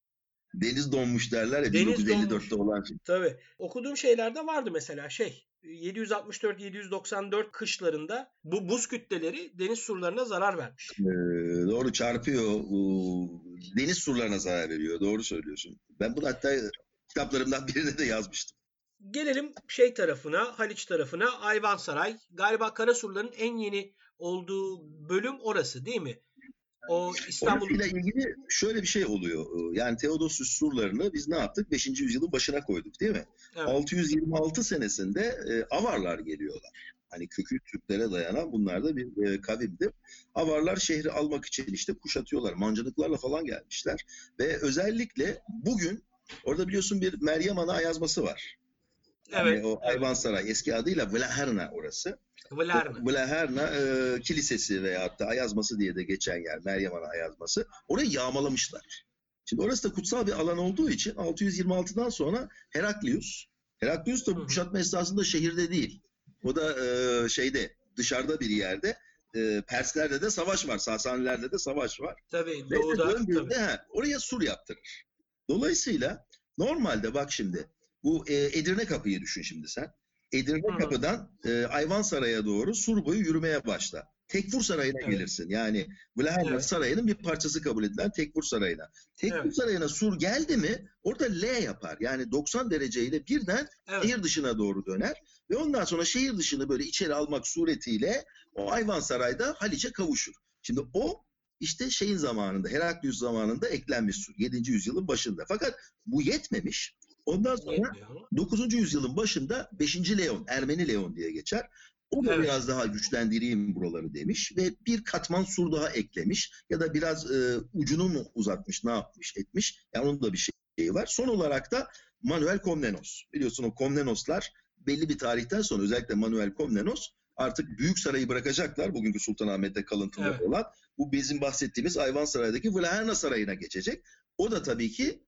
Deniz donmuş derler ya, deniz bin dokuz yüz elli donmuş. dörtte olan şey. Tabii. Okuduğum şeylerde vardı mesela şey yedi yüz altmış dört yedi yüz doksan dört kışlarında bu buz kütleleri deniz surlarına zarar vermiş. Ee, doğru, çarpıyor. Ee, deniz surlarına zarar veriyor. Doğru söylüyorsun. Ben bunu hatta kitaplarımdan birine de yazmıştım. Gelelim şey tarafına, Haliç tarafına, Ayvansaray. Galiba Karasurların en yeni olduğu bölüm orası değil mi? O İstanbul. Orasıyla ilgili şöyle bir şey oluyor. Ee, Yani Theodosius surlarını biz ne yaptık? beşinci yüzyılın başına koyduk değil mi? Evet. altı yüz yirmi altı senesinde e, Avarlar geliyorlar. Hani kökü Türklere dayanan bunlar da bir e, kavimdi. Avarlar şehri almak için işte kuşatıyorlar. Mancınıklarla falan gelmişler. Ve özellikle bugün orada biliyorsun bir Meryem Ana ayazması var. Yani Evet, o evet. Ayvansaray eski adıyla Vlaherna orası. Vlarna. Vlaherna e, Kilisesi veyahut da Ayazması diye de geçen yer, Meryem Ana Ayazması. Orayı yağmalamışlar. Şimdi orası da kutsal bir alan olduğu için altı yüz yirmi altıdan sonra Heraklius, Heraklius da bu kuşatma esnasında şehirde değil. O da e, şeyde, dışarıda bir yerde. E, Perslerle de savaş var, Sasanilerle de savaş var. Tabii Ve doğuda. döndüğünde Tabii. he, oraya sur yaptırır. Dolayısıyla normalde bak şimdi bu e, Edirne Kapı'yı düşün şimdi sen. Edirne Hı hı. Kapı'dan e, Ayvansaray'a doğru sur boyu yürümeye başla. Tekfur Sarayı'na Evet. gelirsin. Yani Vlaherna Evet. Sarayı'nın bir parçası kabul edilen Tekfur Sarayı'na. Tekfur Evet. Sarayı'na sur geldi mi orada L yapar. Yani doksan dereceyle birden Evet. şehir dışına doğru döner. Ve ondan sonra şehir dışını böyle içeri almak suretiyle o Ayvansaray'da Haliç'e kavuşur. Şimdi o işte şeyin zamanında, Heraklius zamanında eklenmiş sur. yedinci yüzyılın başında. Fakat bu yetmemiş. Ondan sonra Yetmiyor. dokuzuncu yüzyılın başında beşinci Leon, Ermeni Leon diye geçer. O da Evet. biraz daha güçlendireyim buraları demiş ve bir katman sur daha eklemiş ya da biraz e, ucunu mu uzatmış, ne yapmış, etmiş. Yani onun da bir şeyi var. Son olarak da Manuel Komnenos. Biliyorsun o Komnenoslar belli bir tarihten sonra, özellikle Manuel Komnenos artık Büyük Sarayı bırakacaklar. Bugünkü Sultanahmet'te kalıntıları Evet. olan bu bizim bahsettiğimiz Ayvansaray'daki Vlaherna Sarayı'na geçecek. O da tabii ki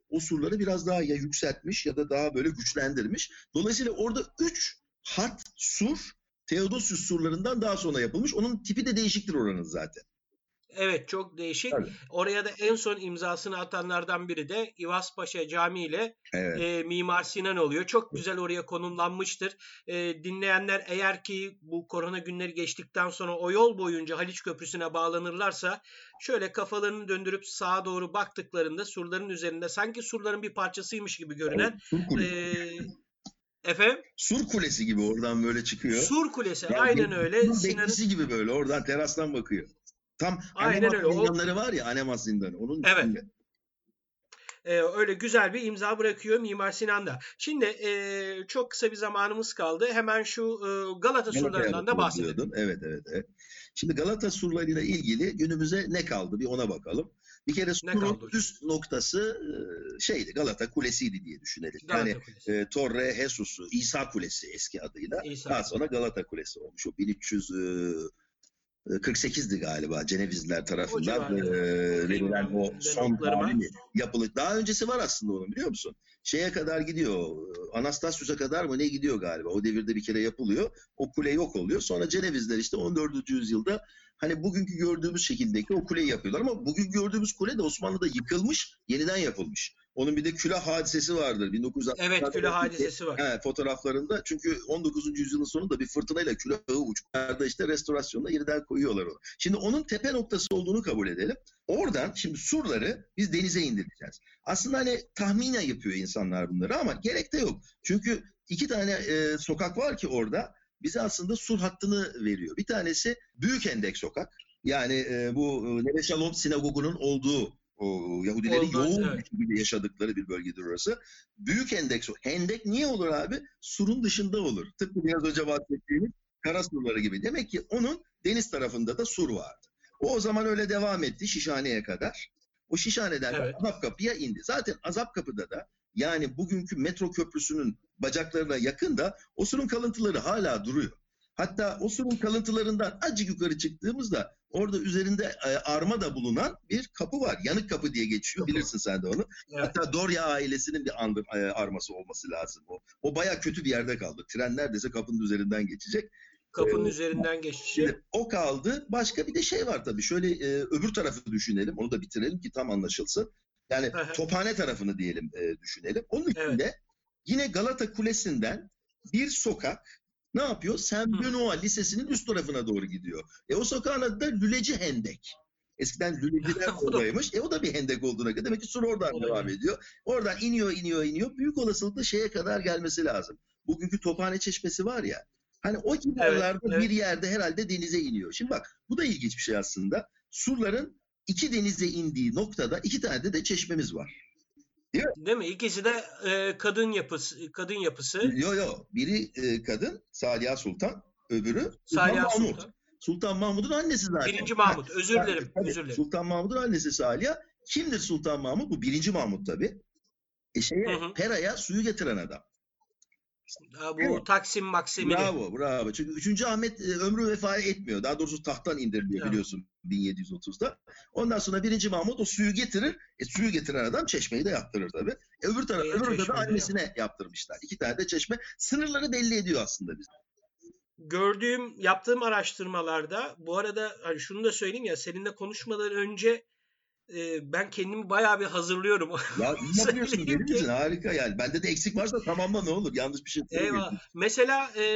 o surları biraz daha ya yükseltmiş ya da daha böyle güçlendirmiş. Dolayısıyla orada üç hat sur Theodosius surlarından daha sonra yapılmış. Onun tipi de değişiktir oranın zaten. Evet, çok değişik. Tabii. Oraya da en son imzasını atanlardan biri de İvaspaşa Camii ile Evet. e, Mimar Sinan oluyor. Çok güzel oraya konumlanmıştır. E, dinleyenler eğer ki bu korona günleri geçtikten sonra o yol boyunca Haliç Köprüsü'ne bağlanırlarsa şöyle kafalarını döndürüp sağa doğru baktıklarında surların üzerinde sanki surların bir parçasıymış gibi görünen Evet, Sur Kulesi. e, efendim? Sur Kulesi gibi oradan böyle çıkıyor. Sur Kulesi, Yani aynen bir- öyle. bir Sinan'ın Beklisi gibi böyle oradan terastan bakıyor. Tam Aynen Anemas öyle. O- zindanları var ya, Anemas zindanı. Onun Evet. içinde. Ee, öyle güzel bir imza bırakıyor Mimar Sinan'da. Şimdi e, çok kısa bir zamanımız kaldı. Hemen şu e, Galata Galata'ya surlarından da bahsedelim. bakıyordun. Evet, evet, evet. Şimdi Galata surlarıyla ilgili günümüze ne kaldı? Bir ona bakalım. Bir kere surun kaldı hocam? üst noktası e, şeydi, Galata Kulesi'ydi diye düşünelim. Galata yani Kulesi. e, Torre Jesus'u, İsa Kulesi eski adıyla. İsa Daha Kulesi. sonra Galata Kulesi olmuş. O bin üç yüz kırk sekizdi galiba Cenevizliler O tarafından civarda. e, verilen o Ben son notlarıma- halini yapılıp daha öncesi var aslında onun, biliyor musun? Şeye kadar gidiyor, Anastasius'a kadar mı ne gidiyor galiba, o devirde bir kere yapılıyor, o kule yok oluyor, sonra Cenevizler işte on dördüncü yüzyılda hani bugünkü gördüğümüz şekildeki o kuleyi yapıyorlar ama bugün gördüğümüz kule de Osmanlı'da yıkılmış, yeniden yapılmış. Onun bir de külah hadisesi vardır bin dokuz yüz altmışlarda. Evet, külah hadisesi var. He, fotoğraflarında, çünkü on dokuzuncu yüzyılın sonunda bir fırtınayla külahı uçlarda işte restorasyonda yeniden koyuyorlar onu. Şimdi onun tepe noktası olduğunu kabul edelim. Oradan şimdi surları biz denize indireceğiz. Aslında hani tahminen yapıyor insanlar bunları ama gerek de yok. Çünkü iki tane e, sokak var ki orada bize aslında sur hattını veriyor. Bir tanesi Büyük Hendek Sokak. Yani e, bu e, Neve Shalom sinagogunun olduğu, o Yahudilerin Oldu, yoğun evet. bir şekilde yaşadıkları bir bölgedir orası. Büyük Hendek Sokak. Hendek niye olur abi? Surun dışında olur. Tıpkı biraz önce bahsettiğimiz kara surları gibi. Demek ki onun deniz tarafında da sur vardı. O o zaman öyle devam etti Şişhane'ye kadar. O Şişhane'den Evet. Azapkapı'ya indi. Zaten Azapkapı'da da, yani bugünkü metro köprüsünün bacaklarına yakın da o surun kalıntıları hala duruyor. Hatta o surun kalıntılarından azıcık yukarı çıktığımızda orada üzerinde e, arma da bulunan bir kapı var. Yanık Kapı diye geçiyor. Kapı. Bilirsin sen de onu. Evet. Hatta Dorya ailesinin bir andır, e, arması olması lazım o. O bayağı kötü bir yerde kaldı. Tren neredeyse kapının üzerinden geçecek. Kapının Ee, üzerinden geçişi. Şimdi o kaldı. Başka bir de şey var tabii. Şöyle e, öbür tarafı düşünelim. Onu da bitirelim ki tam anlaşılsın. Yani Hı hı. Tophane tarafını diyelim, e, düşünelim. Onun Evet. içinde yine Galata Kulesi'nden bir sokak ne yapıyor? Saint Hı. Benoît Lisesi'nin üst tarafına doğru gidiyor. E o sokağın adı da Lüleci Hendek. Eskiden Lüleciler O da- oradaymış. E o da bir hendek olduğuna göre demek ki sur oradan O da devam bir- ediyor. Oradan iniyor, iniyor, iniyor. Büyük olasılıkla şeye kadar gelmesi lazım. Bugünkü Tophane Çeşmesi var ya. Hani o civarlarda Evet, evet. bir yerde herhalde denize iniyor. Şimdi bak, bu da ilginç bir şey aslında. Surların iki denize indiği noktada iki tane de, de çeşmemiz var. Değil mi? İkisi de e, kadın yapısı, kadın yapısı. Yo yo, biri e, kadın Saliha Sultan, öbürü Sultan Saliha Mahmut. Sultan. Sultan Mahmut'un annesi zaten. Birinci Mahmut. Özür Tabii, dilerim. tabii. Özür dilerim. Sultan Mahmut'un annesi Saliha. Kimdir Sultan Mahmut? Bu birinci Mahmut tabii. E şeye, Hı hı. Pera'ya suyu getiren adam. Ha, bu Evet. Taksim Maksimini. Bravo, bravo. Çünkü üçüncü Ahmet e, ömrü vefa etmiyor. Daha doğrusu tahttan indiriliyor, Evet. biliyorsun, bin yedi yüz otuzda. Ondan sonra birinci Mahmut o suyu getirir. E, suyu getiren adam çeşmeyi de yaptırır tabii. E, öbür taraf, E, öbür orada da çeşmeyi de annesine yaptırmışlar. İki tane de çeşme. Sınırları belli ediyor aslında bize. Gördüğüm, yaptığım araştırmalarda bu arada hani şunu da söyleyeyim ya, seninle konuşmadan önce e, ben kendimi bayağı bir hazırlıyorum. Ya iyi yapıyorsun, Söyleyeyim gelir ki- misin? Harika yani. Bende de eksik varsa tamamla, ne olur. Yanlış bir şey Eyvallah. söylemiyorsun. Mesela e,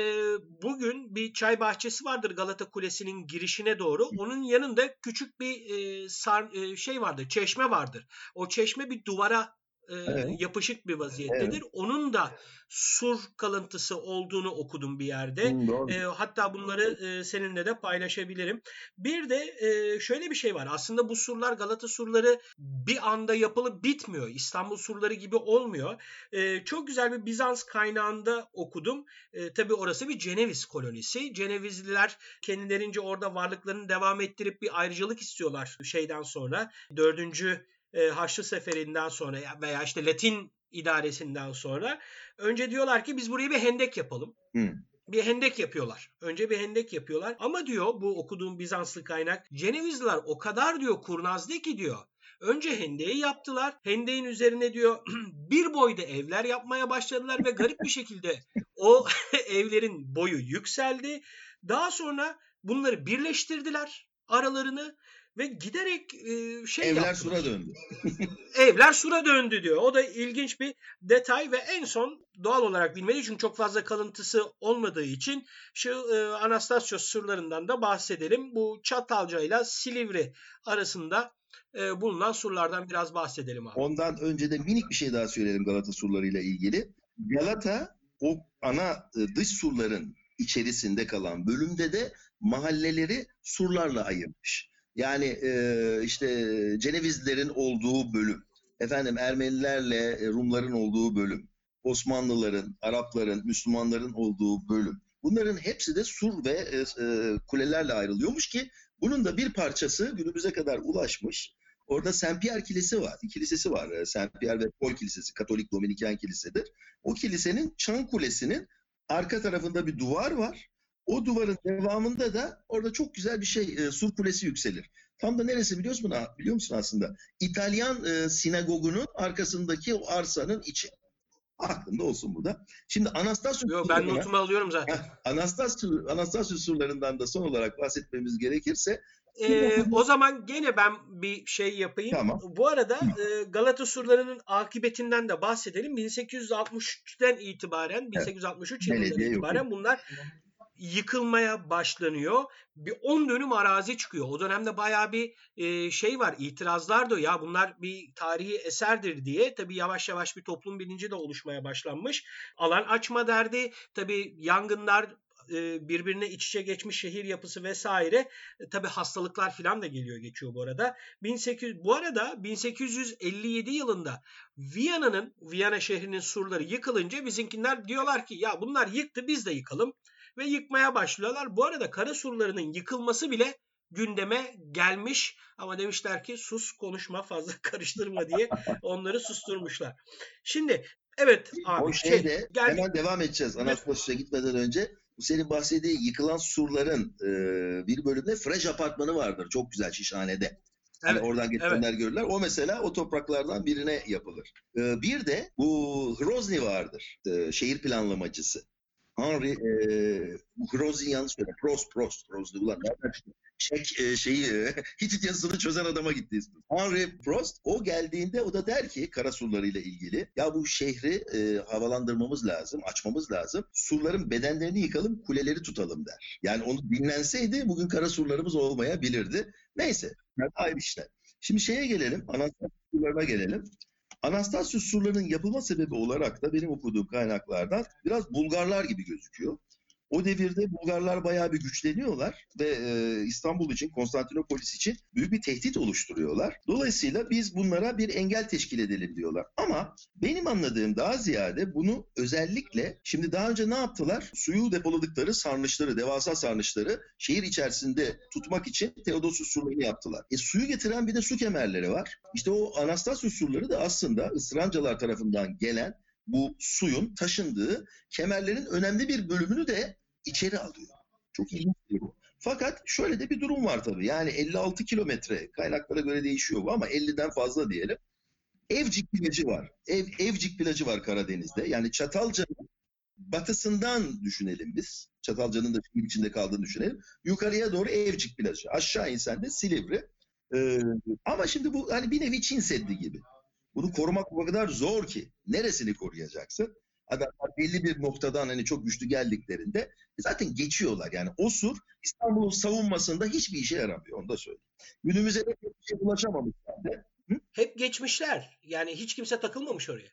bugün bir çay bahçesi vardır Galata Kulesi'nin girişine doğru. Onun yanında küçük bir e, sar, e, şey vardır, çeşme vardır. O çeşme bir duvara e, Evet. yapışık bir vaziyettedir. Onun da sur kalıntısı olduğunu okudum bir yerde. Hı, doğru. E, hatta bunları e, seninle de paylaşabilirim. Bir de e, şöyle bir şey var. Aslında bu surlar, Galata surları bir anda yapılıp bitmiyor. İstanbul surları gibi olmuyor. E, çok güzel bir Bizans kaynağında okudum. E, tabii orası bir Ceneviz kolonisi. Cenevizliler kendilerince orada varlıklarını devam ettirip bir ayrıcalık istiyorlar şeyden sonra. Dördüncü e, Haçlı Seferi'nden sonra veya işte Latin idaresinden sonra. Önce diyorlar ki biz buraya bir hendek yapalım. Hı. Bir hendek yapıyorlar. Önce bir hendek yapıyorlar. Ama diyor bu okuduğum Bizanslı kaynak, Cenevizliler o kadar diyor kurnazdı ki diyor. Önce hendeyi yaptılar. Hendeğin üzerine diyor bir boyda evler yapmaya başladılar ve garip bir şekilde o evlerin boyu yükseldi. Daha sonra bunları birleştirdiler aralarını ve giderek e, şey Evler yaptılar. sura döndü. Evler sura döndü diyor. O da ilginç bir detay ve en son doğal olarak bilmeli çünkü çok fazla kalıntısı olmadığı için şu e, Anastasios surlarından da bahsedelim. Bu Çatalca ile Silivri arasında e, bulunan surlardan biraz bahsedelim abi. Ondan önce de minik bir şey daha söyleyelim Galata surlarıyla ilgili. Galata o ana e, dış surların içerisinde kalan bölümde de mahalleleri surlarla ayırmış. Yani e, işte Cenevizlilerin olduğu bölüm, efendim Ermenilerle e, Rumların olduğu bölüm, Osmanlıların, Arapların, Müslümanların olduğu bölüm. Bunların hepsi de sur ve e, e, kulelerle ayrılıyormuş ki bunun da bir parçası günümüze kadar ulaşmış. Orada Saint Pierre Kilisesi var. Kilisesi var. Saint Pierre ve Paul Kilisesi. Katolik Dominiken Kilisedir. O kilisenin çan kulesinin arka tarafında bir duvar var. O duvarın devamında da orada çok güzel bir şey e, sur kulesi yükselir. Tam da neresi biliyor musun, biliyor musun aslında? İtalyan e, sinagogunun arkasındaki o arsanın içi. Aklında olsun bu da. Şimdi Anastasios Yo, ben notumu alıyorum zaten. Anastasios, Anastasios surlarından da son olarak bahsetmemiz gerekirse Ee, o zaman gene ben bir şey yapayım. Tamam. Bu arada e, Galata surlarının akıbetinden de bahsedelim. bin sekiz yüz altmış üçten itibaren, bin sekiz yüz altmış üç yılından Belediye yok. itibaren bunlar yıkılmaya başlanıyor. Bir on dönüm arazi çıkıyor. O dönemde bayağı bir e, şey var, itirazlar da ya bunlar bir tarihi eserdir diye. Tabii yavaş yavaş bir toplum bilinci de oluşmaya başlanmış. Alan açma derdi. Tabii yangınlar, e, birbirine iç içe geçmiş şehir yapısı vesaire. E, tabii hastalıklar falan da geliyor geçiyor bu arada. bin sekiz yüz bu arada bin sekiz yüz elli yedi yılında Viyana'nın Viyana şehrinin surları yıkılınca bizimkiler diyorlar ki ya bunlar yıktı biz de yıkalım. Ve yıkmaya başlıyorlar. Bu arada kara surlarının yıkılması bile gündeme gelmiş. Ama demişler ki sus, konuşma, fazla karıştırma diye onları susturmuşlar. Şimdi evet abi. O şeyde şey, geldik. hemen devam edeceğiz Anastasios'a gitmeden önce. Bu senin bahsettiğin yıkılan surların e, bir bölümde Frej Apartmanı vardır. Çok güzel Şişhane'de. Hani Evet, oradan getirenler evet. görürler. O mesela o topraklardan birine yapılır. E, bir de bu Hrozny vardır. E, şehir planlamacısı. Henry e, Hrozny yanlış söyle. Prost, Prost. Hrozny ulan nereden çıktı? Çek e, şeyi e, Hitit yazısını çözen adama gitti ismi. Henry Prost o geldiğinde o da der ki kara surlarıyla ilgili ya bu şehri e, havalandırmamız lazım, açmamız lazım. Surların bedenlerini yıkalım, kuleleri tutalım der. Yani onu dinlenseydi bugün kara surlarımız olmayabilirdi. Neyse, ayrı işler. Şimdi şeye gelelim, Anastasios surlarına gelelim. Anastasios surlarının yapılma sebebi olarak da benim okuduğum kaynaklardan biraz Bulgarlar gibi gözüküyor. O devirde Bulgarlar bayağı bir güçleniyorlar ve e, İstanbul için, Konstantinopolis için büyük bir tehdit oluşturuyorlar. Dolayısıyla biz bunlara bir engel teşkil edelim diyorlar. Ama benim anladığım daha ziyade bunu özellikle şimdi daha önce ne yaptılar? Suyu depoladıkları sarnıçları, devasa sarnıçları şehir içerisinde tutmak için Theodosius surlarını yaptılar. E suyu getiren bir de su kemerleri var. İşte o Anastasios surları da aslında Israncalar tarafından gelen bu suyun taşındığı kemerlerin önemli bir bölümünü de içeri alıyor. Çok ilginç bu. Fakat şöyle de bir durum var tabii. Yani elli altı kilometre, kaynaklara göre değişiyor bu ama elliden fazla diyelim. Evcik plajı var. Ev, Evcik plajı var Karadeniz'de. Yani Çatalca'nın batısından düşünelim biz. Çatalca'nın da içinde kaldığını düşünelim. Yukarıya doğru Evcik plajı. Aşağı insen de Silivri. Ee, ama şimdi bu hani bir nevi Çin Seddi gibi. Bunu korumak o kadar zor ki. Neresini koruyacaksın? Adamlar belli bir noktadan hani çok güçlü geldiklerinde zaten geçiyorlar. Yani o sur İstanbul'un savunmasında hiçbir işe yaramıyor. Onu da söyleyeyim. Günümüze de bir şey ulaşamamışlar da. Hep geçmişler. Yani hiç kimse takılmamış oraya.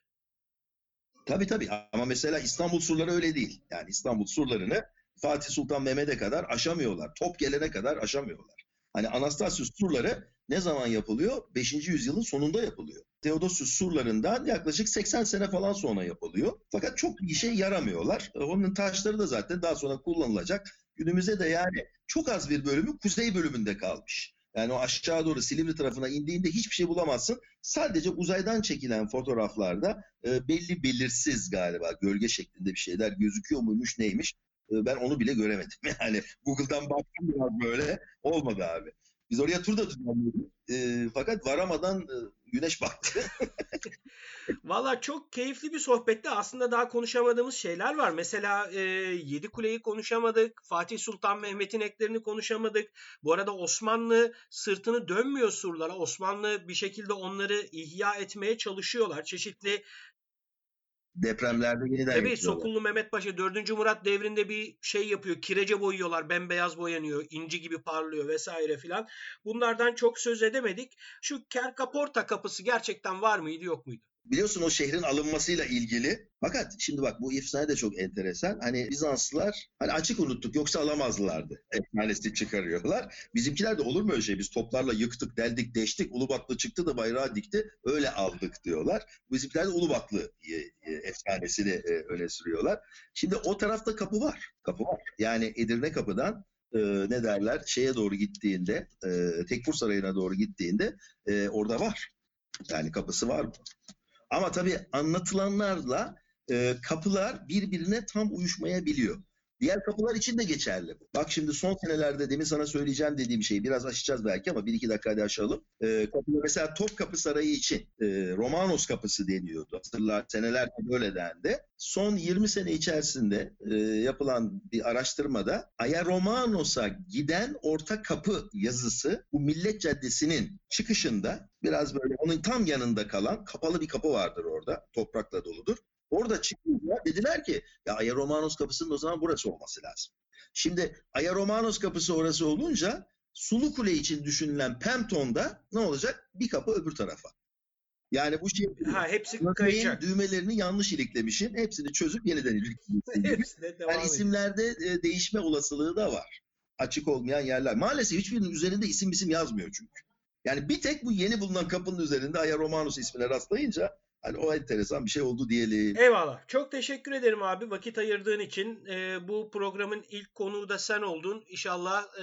Tabii tabii ama mesela İstanbul surları öyle değil. Yani İstanbul surlarını Fatih Sultan Mehmet'e kadar aşamıyorlar. Top gelene kadar aşamıyorlar. Hani Anastasios surları ne zaman yapılıyor? beşinci yüzyılın sonunda yapılıyor. Theodosius surlarından yaklaşık seksen sene falan sonra yapılıyor. Fakat çok bir işe yaramıyorlar. Onun taşları da zaten daha sonra kullanılacak. Günümüzde de yani çok az bir bölümü kuzey bölümünde kalmış. Yani o aşağı doğru Silivri tarafına indiğinde hiçbir şey bulamazsın. Sadece uzaydan çekilen fotoğraflarda e, belli belirsiz galiba gölge şeklinde bir şeyler gözüküyor muymuş neymiş. E, ben onu bile göremedim. Yani Google'dan baktım biraz böyle olmadı abi. Biz oraya tur da düzenledik. E, fakat varamadan e, güneş battı. Valla çok keyifli bir sohbette. Aslında daha konuşamadığımız şeyler var. Mesela e, Yedikule'yi konuşamadık. Fatih Sultan Mehmet'in eklerini konuşamadık. Bu arada Osmanlı sırtını dönmüyor surlara. Osmanlı bir şekilde onları ihya etmeye çalışıyorlar. Çeşitli Depremlerde yeniden Tabii yapıyorlar. Sokullu Mehmet Paşa dördüncü Murat devrinde bir şey yapıyor. Kirece boyuyorlar. Bembeyaz boyanıyor. İnci gibi parlıyor vesaire filan. Bunlardan çok söz edemedik. Şu Kerkaporta kapısı gerçekten var mıydı yok muydu? Biliyorsun o şehrin alınmasıyla ilgili. Fakat şimdi bak bu efsane de çok enteresan. Hani Bizanslılar hani açık unuttuk yoksa alamazlardı. Efsanesi çıkarıyorlar. Bizimkiler de olur mu öyle şey? Biz toplarla yıktık, deldik, deştik. Ulubatlı çıktı da bayrağı dikti. Öyle aldık diyorlar. Bizimkiler de Ulubatlı e, e, efsanesini e, öne sürüyorlar. Şimdi o tarafta kapı var. Kapı var. Yani Edirne kapıdan e, ne derler şeye doğru gittiğinde e, Tekfur Sarayı'na doğru gittiğinde e, orada var. Yani kapısı var. Ama tabii anlatılanlarla e, kapılar birbirine tam uyuşmayabiliyor. Diğer kapılar için de geçerli. Bak şimdi son senelerde demin sana söyleyeceğim dediğim şeyi biraz aşacağız belki ama bir iki dakikada aşalım. E, kapıda mesela Topkapı Sarayı için e, Romanos kapısı deniyordu. Hatırlar senelerce böyle dendi. Son yirmi sene içerisinde e, yapılan bir araştırmada Aya Romanos'a giden orta kapı yazısı bu Millet Caddesi'nin çıkışında biraz böyle onun tam yanında kalan kapalı bir kapı vardır orada. Toprakla doludur. Orada çıkınca dediler ki ya Aya Romanos kapısının o zaman burası olması lazım. Şimdi Aya Romanos kapısı orası olunca Sulu Kule için düşünülen Pempton'da ne olacak? Bir kapı öbür tarafa. Yani bu şey Ha hepsi örneğin kayacak. düğmelerini yanlış iliklemişsin. Hepsini çözüp yeniden iliklemişsin. Hepsine devam Yani ediyor. isimlerde e, değişme olasılığı da var. Açık olmayan yerler. Maalesef hiçbirinin üzerinde isim isim yazmıyor çünkü. Yani bir tek bu yeni bulunan kapının üzerinde Aya Romanos ismine rastlayınca hani o enteresan bir şey oldu diyelim. Eyvallah. Çok teşekkür ederim abi vakit ayırdığın için. Ee, bu programın ilk konuğu da sen oldun. İnşallah e,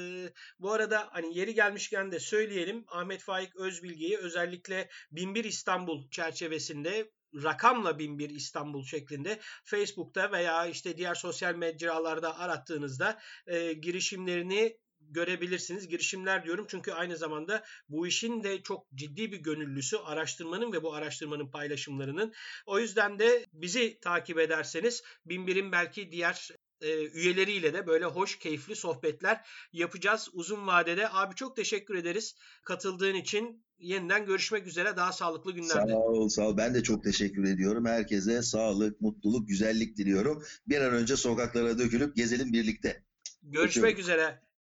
bu arada hani yeri gelmişken de söyleyelim. Ahmet Faik Özbilge'yi özellikle bin bir İstanbul çerçevesinde rakamla bin bir İstanbul şeklinde Facebook'ta veya işte diğer sosyal mecralarda arattığınızda e, girişimlerini görebilirsiniz. Girişimler diyorum çünkü aynı zamanda bu işin de çok ciddi bir gönüllüsü, araştırmanın ve bu araştırmanın paylaşımlarının. O yüzden de bizi takip ederseniz bin birin belki diğer e, üyeleriyle de böyle hoş, keyifli sohbetler yapacağız uzun vadede. Abi çok teşekkür ederiz katıldığın için. Yeniden görüşmek üzere daha sağlıklı günlerde. Sağ ol, sağ ol. Ben de çok teşekkür ediyorum. Herkese sağlık, mutluluk, güzellik diliyorum. Bir an önce sokaklara dökülüp gezelim birlikte. Görüşmek Öpüyorum. üzere.